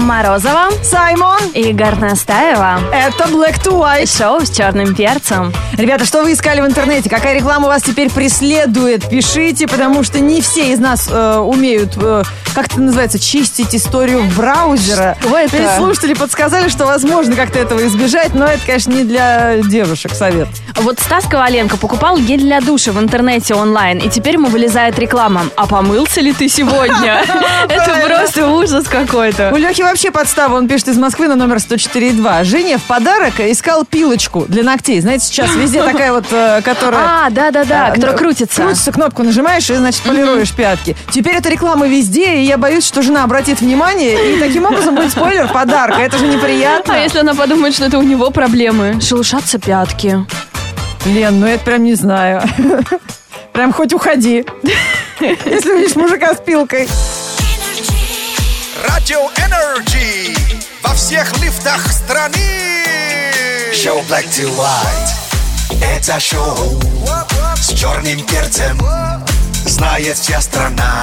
Морозова, Саймон и Горностаева. Это Black to White. Шоу с черным перцем. Ребята, что вы искали в интернете? Какая реклама вас теперь преследует? Пишите, потому что не все из нас умеют, как это называется, чистить историю браузера. Что это? То есть слушатели подсказали, что возможно как-то этого избежать, но это, конечно, не для девушек совет. Вот Стас Коваленко покупал гель для душа в интернете онлайн, и теперь ему вылезает реклама. А помылся ли ты сегодня? Это просто ужас какой-то. У Лехи вообще подстава, он пишет из Москвы на номер 104.2. Жене в подарок искал пилочку для ногтей. Знаете, сейчас везде такая вот, которая... Да, которая крутится. Крутится, кнопку нажимаешь и, значит, полируешь пятки. Теперь эта реклама везде, и я боюсь, что жена обратит внимание, и таким образом будет спойлер подарка. Это же неприятно. А если она подумает, что это у него проблемы? Шелушатся пятки. Лен, ну это прям не знаю. Прям хоть уходи. Если увидишь мужика с пилкой. Радио Energy во всех лифтах страны. Шоу Black to White. Это шоу с черным перцем. Знает вся страна.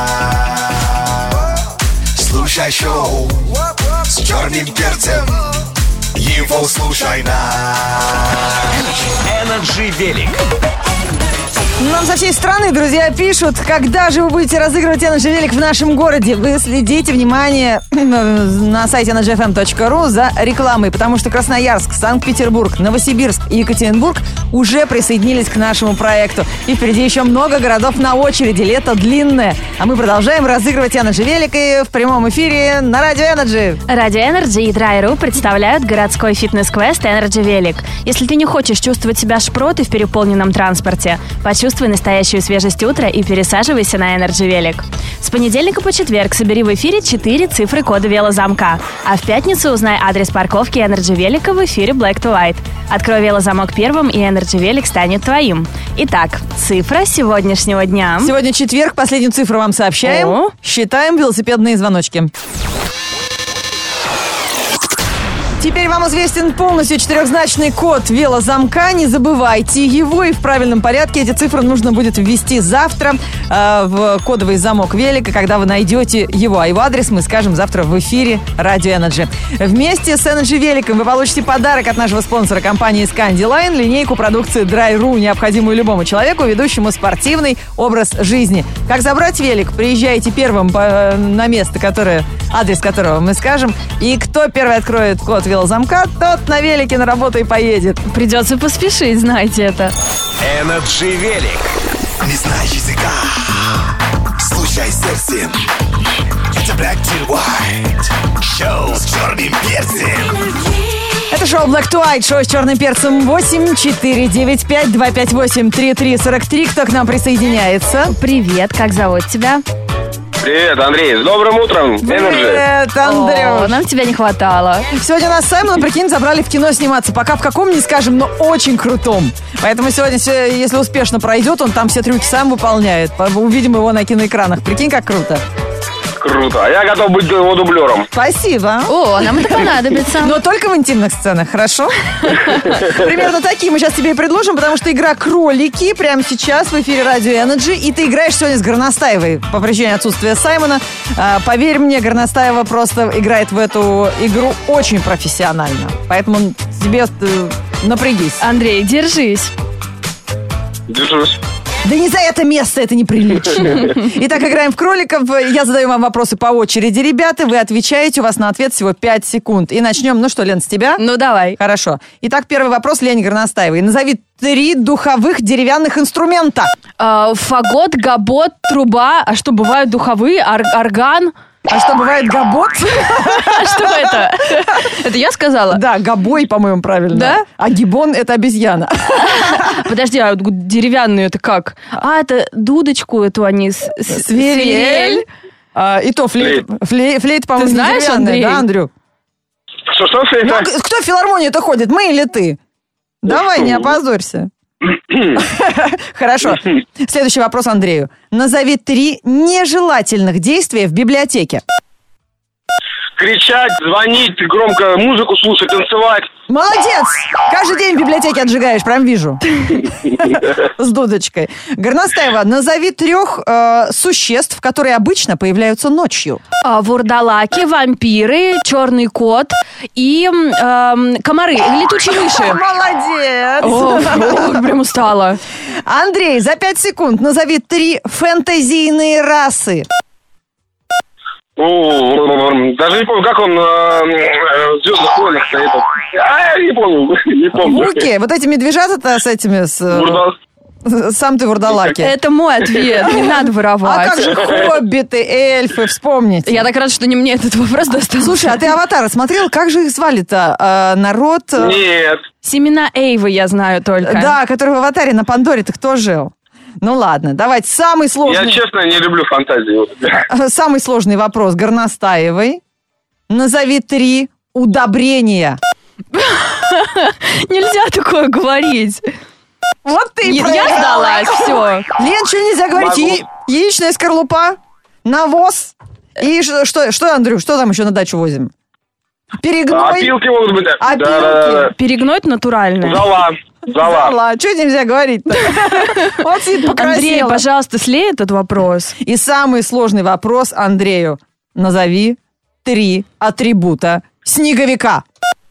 Слушай шоу с черным перцем. Его слушай на Energy Велик. Нам со всей страны, друзья, пишут, когда же вы будете разыгрывать Energy Велик в нашем городе. Вы следите, внимание, на сайте energyfm.ru за рекламой, потому что Красноярск, Санкт-Петербург, Новосибирск и Екатеринбург уже присоединились к нашему проекту. И впереди еще много городов на очереди, лето длинное. А мы продолжаем разыгрывать Energy Велик и в прямом эфире на Радио Energy. Радио Energy и Dry.ru представляют городской фитнес-квест Energy Велик. Если ты не хочешь чувствовать себя шпротой в переполненном транспорте, почувствуй настоящую свежесть утра и пересаживайся на Energy Велик. С понедельника по четверг собери в эфире 4 цифры кода велозамка. А в пятницу узнай адрес парковки Energy Велика в эфире Black to White. Открой велозамок первым, и Energy Велик станет твоим. Итак, цифра сегодняшнего дня. Сегодня четверг, последнюю цифру вам сообщаем. Считаем велосипедные звоночки. Теперь вам известен полностью 4-значный код велозамка. Не забывайте его, и в правильном порядке эти цифры нужно будет ввести завтра в кодовый замок велика, когда вы найдете его. А его адрес мы скажем завтра в эфире Радио Energy. Вместе с Energy Великом вы получите подарок от нашего спонсора компании Scandiline, линейку продукции Dry.ru, необходимую любому человеку, ведущему спортивный образ жизни. Как забрать велик? Приезжайте первым на место, адрес которого мы скажем. И кто первый откроет код велозамка, тот на велике на работу и поедет. Придется поспешить, знаете это. Energy Велик. Не знаешь языка, слушай сердцем. Это Black to White. Шоу с черным перцем. Это шоу Black to White, шоу с черным перцем. 8-4-9-5-258-3343. Кто к нам присоединяется? Привет, как зовут тебя? Привет, Андрей, с добрым утром, Energy. Привет, Андрюш. Нам тебя не хватало. Сегодня нас Саймона, прикинь, забрали в кино сниматься. Пока в каком не скажем, но очень крутом. Поэтому сегодня, если успешно пройдет, он там все трюки сам выполняет. Увидим его на киноэкранах. Прикинь, как круто. Круто, а я готов быть его дублером. Спасибо. О, нам это понадобится. Но только в интимных сценах, хорошо? Примерно такие мы сейчас тебе и предложим, потому что игра «Кролики» прямо сейчас в эфире Радио Energy. И ты играешь сегодня с Горностаевой по причине отсутствия Саймона. Поверь мне, Горностаева просто играет в эту игру очень профессионально. Поэтому тебе напрягись. Андрей, держись. Держусь. Да не за это место, это неприлично. Итак, играем в кроликов. Я задаю вам вопросы по очереди, ребята. Вы отвечаете, у вас на ответ всего 5 секунд. И начнем, ну что, Лен, с тебя? Ну, давай. Хорошо. Итак, первый вопрос Лене Горностаевой. Назови 3 духовых деревянных инструмента. Фагот, габот, труба. А что, бывают духовые? Орган? А что, бывает габот? Что это? Это я сказала? Да, габой, по-моему, правильно. Да? А гибон – это обезьяна. Подожди, а деревянную это как? А, это дудочку эту они... Свирель. И то флейт, по-моему, Ты знаешь, деревянная. Андрей? Да, Андрю? Что, Ну, кто в филармонию-то ходит, мы или ты? Давай, не опозорься. Хорошо. Следующий вопрос Андрею. Назови 3 нежелательных действия в библиотеке. кричать, звонить, громко музыку слушать, танцевать. Молодец! Каждый день в библиотеке отжигаешь, прям вижу. С дудочкой. Горностаева, назови 3 существ, которые обычно появляются ночью. Вурдалаки, вампиры, черный кот и комары, летучие мыши. Молодец! Прям устала. Андрей, за 5 секунд назови 3 фэнтезийные расы. Даже не помню, как он в «Звездных войнах» стоит. Не помню. Окей, вот эти медвежата-то с этими... Сам ты вурдалаки. Это мой ответ, не надо А воровать. как же хоббиты, эльфы, вспомните. Я так рада, что не мне этот вопрос достался. Слушай, а ты «Аватара» смотрел? Как же их звали-то? Народ... Нет. Семена Эйвы я знаю только. Да, который в «Аватаре» на Пандоре-то кто жил? Ну ладно, давайте самый сложный... Я, честно, не люблю фантазии. Самый сложный вопрос Горностаевой. Назови 3 удобрения. Нельзя такое говорить. Вот ты Я проиграла. сдалась, все. Лен, что нельзя говорить? Могу. Яичная скорлупа, навоз. И что, Андрюш, что там еще на дачу возим? Перегной. Опилки могут быть. Опилки. Да. Перегнуть натурально. Зола. Что нельзя говорить-то? Вот сидит покрасила. Андрей, пожалуйста, слей этот вопрос. И самый сложный вопрос Андрею. Назови 3 атрибута снеговика.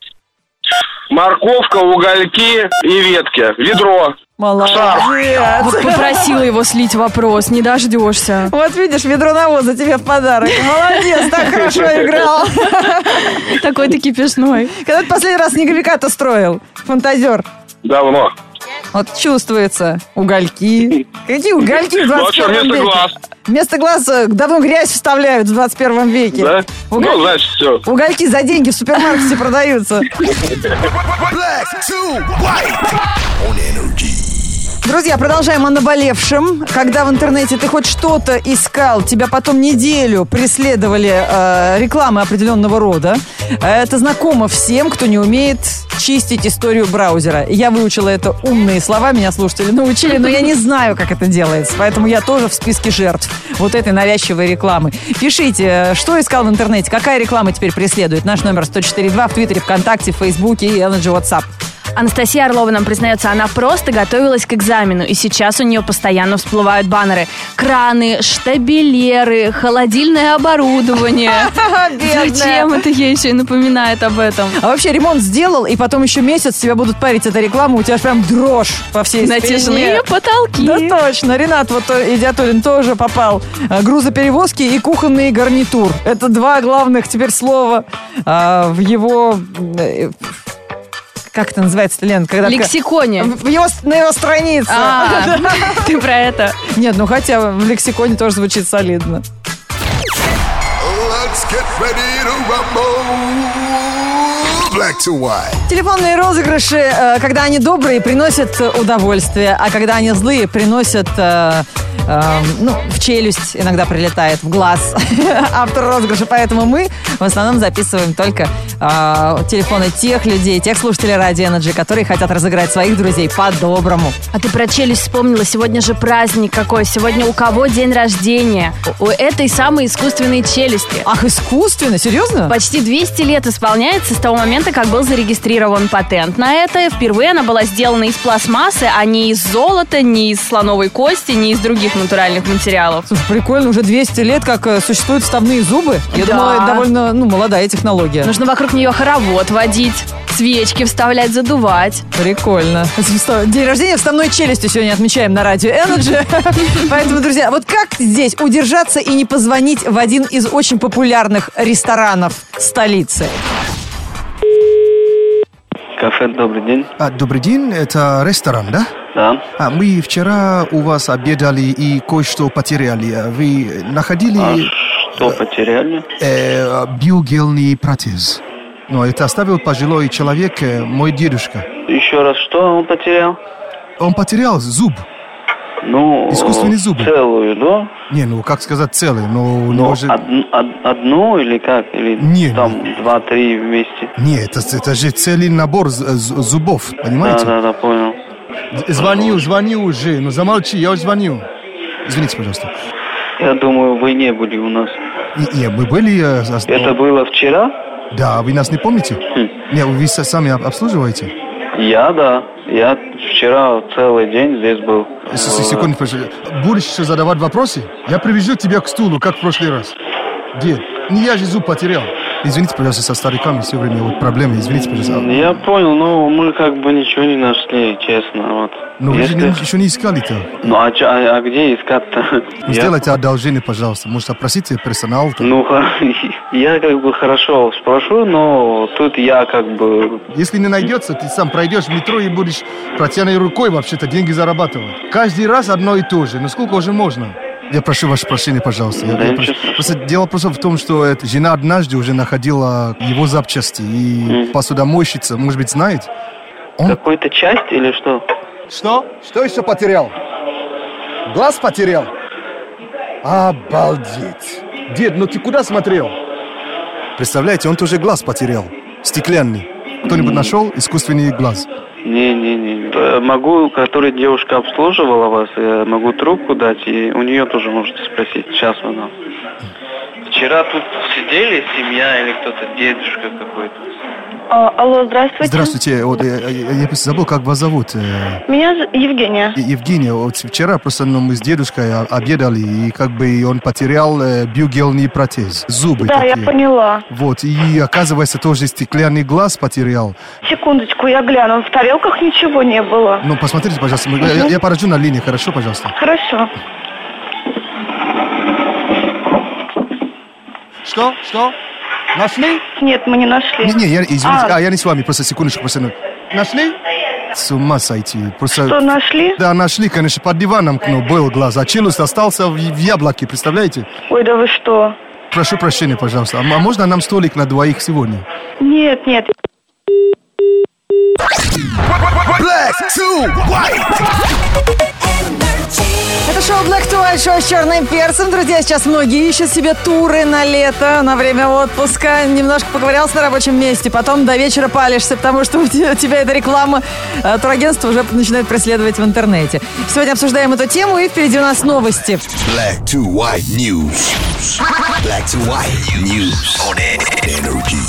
Морковка, угольки и ветки. Ведро. Молодец. Вот попросила его слить вопрос, не дождешься. Вот видишь, ведро навоза тебе в подарок. Молодец, так хорошо играл. Такой-то кипишной. Когда ты последний раз снеговика-то строил? Фантазер. Давно. Вот чувствуется. Угольки. Какие угольки в Ну, а что, 21 вместо веке? глаз? Вместо глаз давно грязь вставляют в 21 веке. Да? Ну, значит, все. Угольки за деньги в супермаркете продаются. Black to white on energy. Друзья, продолжаем о наболевшем. Когда в интернете ты хоть что-то искал, тебя потом неделю преследовали рекламы определенного рода. Это знакомо всем, кто не умеет чистить историю браузера. Я выучила это умные слова, меня слушатели научили, но я не знаю, как это делается. Поэтому я тоже в списке жертв вот этой навязчивой рекламы. Пишите, что искал в интернете, какая реклама теперь преследует. Наш номер 104.2 в Твиттере, ВКонтакте, в Фейсбуке и Energy WhatsApp. Анастасия Орлова нам признается, она просто готовилась к экзамену, и сейчас у нее постоянно всплывают баннеры. Краны, штабелеры, холодильное оборудование. Зачем это ей еще и напоминает об этом? А вообще ремонт сделал, и потом еще месяц тебя будут парить эта реклама, у тебя прям дрожь по всей спине. Натяжные потолки. Да точно, Ренат вот Идиатуллин тоже попал. Грузоперевозки и кухонный гарнитур. Это 2 главных теперь слова в его... Как это называется, Лен? Когда Лексиконе. на его странице. Ты про это. Нет, ну хотя в лексиконе тоже звучит солидно. Let's get ready to rumble. Black to white. Телефонные розыгрыши, когда они добрые, приносят удовольствие, а когда они злые, приносят, в челюсть иногда прилетает, в глаз автор розыгрыша. Поэтому мы в основном записываем только телефоны тех людей, тех слушателей Радио Energy, которые хотят разыграть своих друзей по-доброму. А ты про челюсть вспомнила. Сегодня же праздник какой. Сегодня у кого день рождения? У этой самой искусственной челюсти. Ах, искусственно? Серьезно? Почти 200 лет исполняется с того момента, как был зарегистрирован патент на это. Впервые она была сделана из пластмассы, а не из золота, не из слоновой кости, не из других натуральных материалов. Слушай, прикольно, уже 200 лет, как существуют вставные зубы. Я Да. думала, это довольно молодая технология. Нужно вокруг нее хоровод водить, свечки вставлять, задувать. Прикольно. День рождения вставной челюстью сегодня отмечаем на Радио Energy. Поэтому, друзья, вот как здесь удержаться и не позвонить в один из очень популярных ресторанов столицы? Кафе, добрый день. Добрый день, это ресторан, да? Да. Мы вчера у вас обедали и кое-что потеряли. Вы находили Что потеряли? биогельный протез. Но это оставил пожилой человек, мой дедушка. Еще раз, что он потерял? Он потерял зуб. Ну, Искусственный зуб. целую, да? Не, как сказать целый, но у Ну, него же... одну или как? Или Не. там 2-3 вместе? Нет, это же целый набор зубов, понимаете? Да, понял. Звоню уже, замолчи, я уже звоню. Извините, пожалуйста. Я думаю, вы не были у нас. Не, мы были... Это было вчера? Да, вы нас не помните? Не, вы сами обслуживаете? Да. Я вчера целый день здесь был. Секунду, пожалуйста. Будешь еще задавать вопросы? Я привяжу тебя к стулу, как в прошлый раз. Дед, не я же зуб потерял. Извините, пожалуйста, со стариками все время вот проблемы. Извините, пожалуйста. Я понял, но мы как бы ничего не нашли, честно. Вот. Но вы же еще не искали-то. Ну, а где искать-то? Сделайте одолжение, пожалуйста. Может, опросите персонал-то. Ну, я как бы хорошо спрошу, но тут я как бы... Если не найдется, ты сам пройдешь в метро и будешь протянутой рукой вообще-то деньги зарабатывать. Каждый раз одно и то же. Ну, сколько уже можно? Я прошу ваше прощения, пожалуйста. Просто дело просто в том, что эта жена однажды уже находила его запчасти. И посудомойщица, может быть, знает? Какую-то часть или что? Что? Что еще потерял? Глаз потерял? Обалдеть. Дед, ну ты куда смотрел? Представляете, он тоже глаз потерял. Стеклянный. Кто-нибудь нашел искусственный глаз? Не. Могу, которая девушка обслуживала вас, я могу трубку дать, и у нее тоже можете спросить. Сейчас она. Вчера тут сидели семья или кто-то, дедушка какой-то. Алло, здравствуйте. Здравствуйте. Вот, я просто забыл, как вас зовут. Меня Евгения. Евгения, вот вчера просто мы с дедушкой обедали, и как бы он потерял биогельный протез, зубы Да, такие. я поняла. Вот, и оказывается, тоже стеклянный глаз потерял. Секундочку, я гляну. В тарелках ничего не было. Ну, посмотрите, пожалуйста. Я подожду на линии, хорошо, пожалуйста? Хорошо. Что? Нашли? Нет, мы не нашли. Не, извините, я не с вами, просто секундочку, просто... Нашли? С ума сойти. Просто... Что, нашли? Да, нашли, конечно, под диваном был глаз, а челюсть остался в яблоке, представляете? Ой, да вы что? Прошу прощения, пожалуйста. А можно нам столик на двоих сегодня? Нет. Black to white. Это шоу Black to White, шоу с черным перцем. Друзья, сейчас многие ищут себе туры на лето, на время отпуска. Немножко поковырялся на рабочем месте, потом до вечера палишься, потому что у тебя эта реклама турагентства уже начинает преследовать в интернете. Сегодня обсуждаем эту тему, и впереди у нас новости. Black to white news. Black to white news on Energy.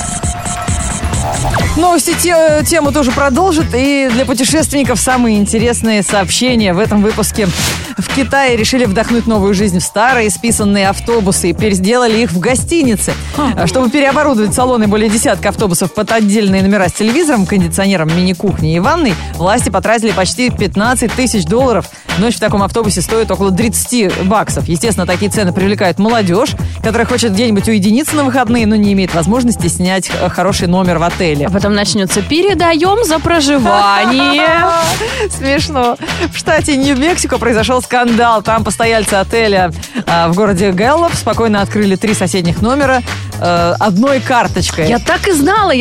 Новости тему тоже продолжат, и для путешественников самые интересные сообщения в этом выпуске. В Китае решили вдохнуть новую жизнь в старые списанные автобусы и переделали их в гостиницы. Чтобы переоборудовать салоны более десятка автобусов под отдельные номера с телевизором, кондиционером, мини-кухней и ванной, власти потратили почти $15 тысяч. Ночь в таком автобусе стоит около $30. Естественно, такие цены привлекают молодежь, которая хочет где-нибудь уединиться на выходные, но не имеет возможности снять хороший номер в отеле. А потом начнется «Передаем за проживание». Смешно. В штате Нью-Мексико произошел скандал. Там постояльцы отеля в городе Гэллоп спокойно открыли 3 соседних номера одной карточкой. Я так и знала.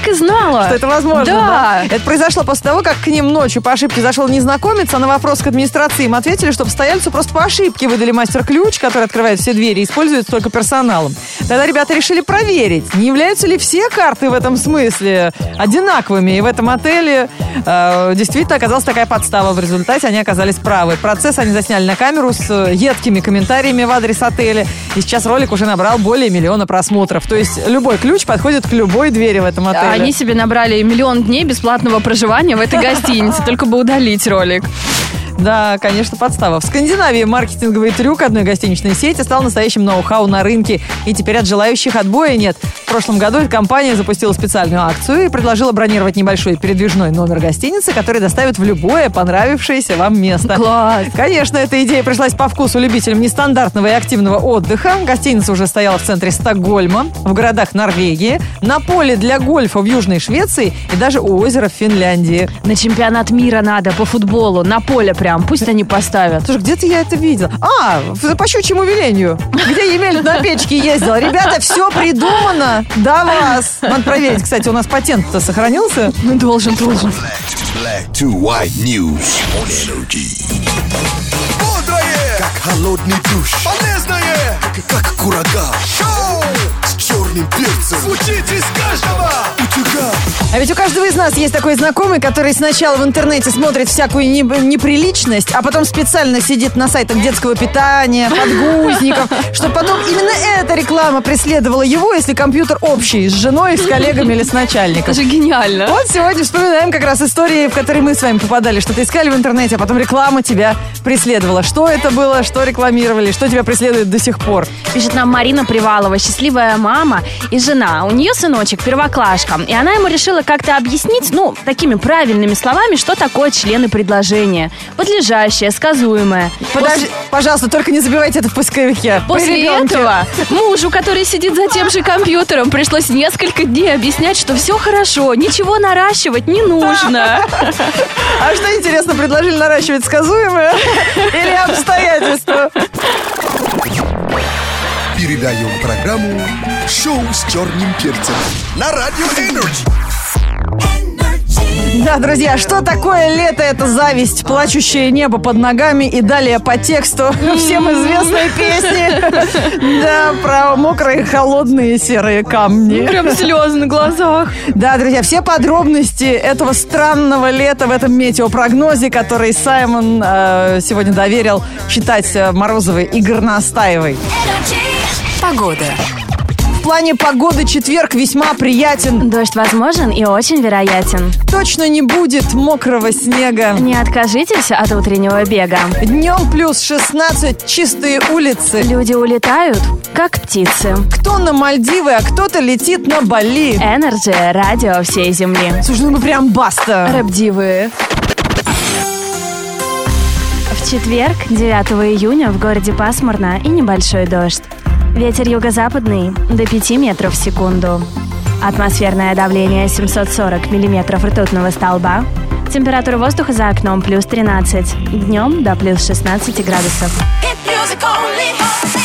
Что это возможно, да? Это произошло после того, как к ним ночью по ошибке зашел незнакомец, а на вопрос к администрации им ответили, что постояльцу просто по ошибке выдали мастер-ключ, который открывает все двери и используется только персоналом. Тогда ребята решили проверить, не являются ли все карты в этом смысле одинаковыми. И в этом отеле действительно оказалась такая подстава. В результате они оказались правы. Процесс они засняли на камеру с едкими комментариями в адрес отеля. И сейчас ролик уже набрал более 1 миллиона просмотров. То есть любой ключ подходит к любой двери в этом отеле. Они себе набрали 1 миллион дней бесплатного проживания в этой гостинице, только бы удалить ролик. Да, конечно, подстава. В Скандинавии маркетинговый трюк одной гостиничной сети стал настоящим ноу-хау на рынке. И теперь от желающих отбоя нет. В прошлом году эта компания запустила специальную акцию и предложила бронировать небольшой передвижной номер гостиницы, который доставит в любое понравившееся вам место. Класс! Конечно, эта идея пришлась по вкусу любителям нестандартного и активного отдыха. Гостиница уже стояла в центре Стокгольма, в городах Норвегии, на поле для гольфа в Южной Швеции и даже у озера в Финляндии. На чемпионат мира надо по футболу, на поле прям. Пусть они поставят. Слушай, где-то я это видела. По щучьему велению. Где Емель на печке ездил. Ребята, все придумано. До вас. Надо проверить, кстати, у нас патент-то сохранился? Должен. Black to white news on Energy. Бодрое, как холодный душ. Полезное, как курага. Шоу с черным перцем. Звучит из каждого утюга. А ведь у каждого из нас есть такой знакомый, который сначала в интернете смотрит всякую неприличность, а потом специально сидит на сайтах детского питания, подгузников, чтобы потом именно эта реклама преследовала его, если компьютер общий с женой, с коллегами или с начальником. Это же гениально. Вот сегодня вспоминаем как раз истории, в которые мы с вами попадали. Что-то искали в интернете, а потом реклама тебя преследовала. Что это было, что рекламировали, что тебя преследует до сих пор. Пишет нам Марина Привалова, счастливая мама и жена. У нее сыночек первоклашка, и она ему решила как-то объяснить, такими правильными словами, что такое члены предложения. Подлежащее, сказуемое. Подожди, пожалуйста, только не забивайте это в поисковике. После этого мужу, который сидит за тем же компьютером, пришлось несколько дней объяснять, что все хорошо, ничего наращивать не нужно. А что, интересно, предложили наращивать сказуемое или обстоятельства? Передаем программу «Шоу с черным перцем» на Радио Энерджи. Да, друзья, что такое лето? Это зависть, плачущее небо под ногами и далее по тексту всем известные песни. Да, про мокрые, холодные серые камни. Прям слезы на глазах. Да, друзья, все подробности этого странного лета в этом метеопрогнозе, который Саймон сегодня доверил читать Морозовой и Горностаевой. Погода. В плане погоды четверг весьма приятен. Дождь возможен и очень вероятен. Точно не будет мокрого снега. Не откажитесь от утреннего бега. Днем плюс 16, чистые улицы. Люди улетают, как птицы. Кто на Мальдивы, а кто-то летит на Бали. Энерджи, радио всей земли. Слушай, ну прям баста. Рэп-дивы. В четверг, 9 июня, в городе пасмурно и небольшой дождь. Ветер юго-западный до 5 метров в секунду. Атмосферное давление 740 миллиметров ртутного столба. Температура воздуха за окном плюс 13. Днем до плюс 16 градусов. Hit music only.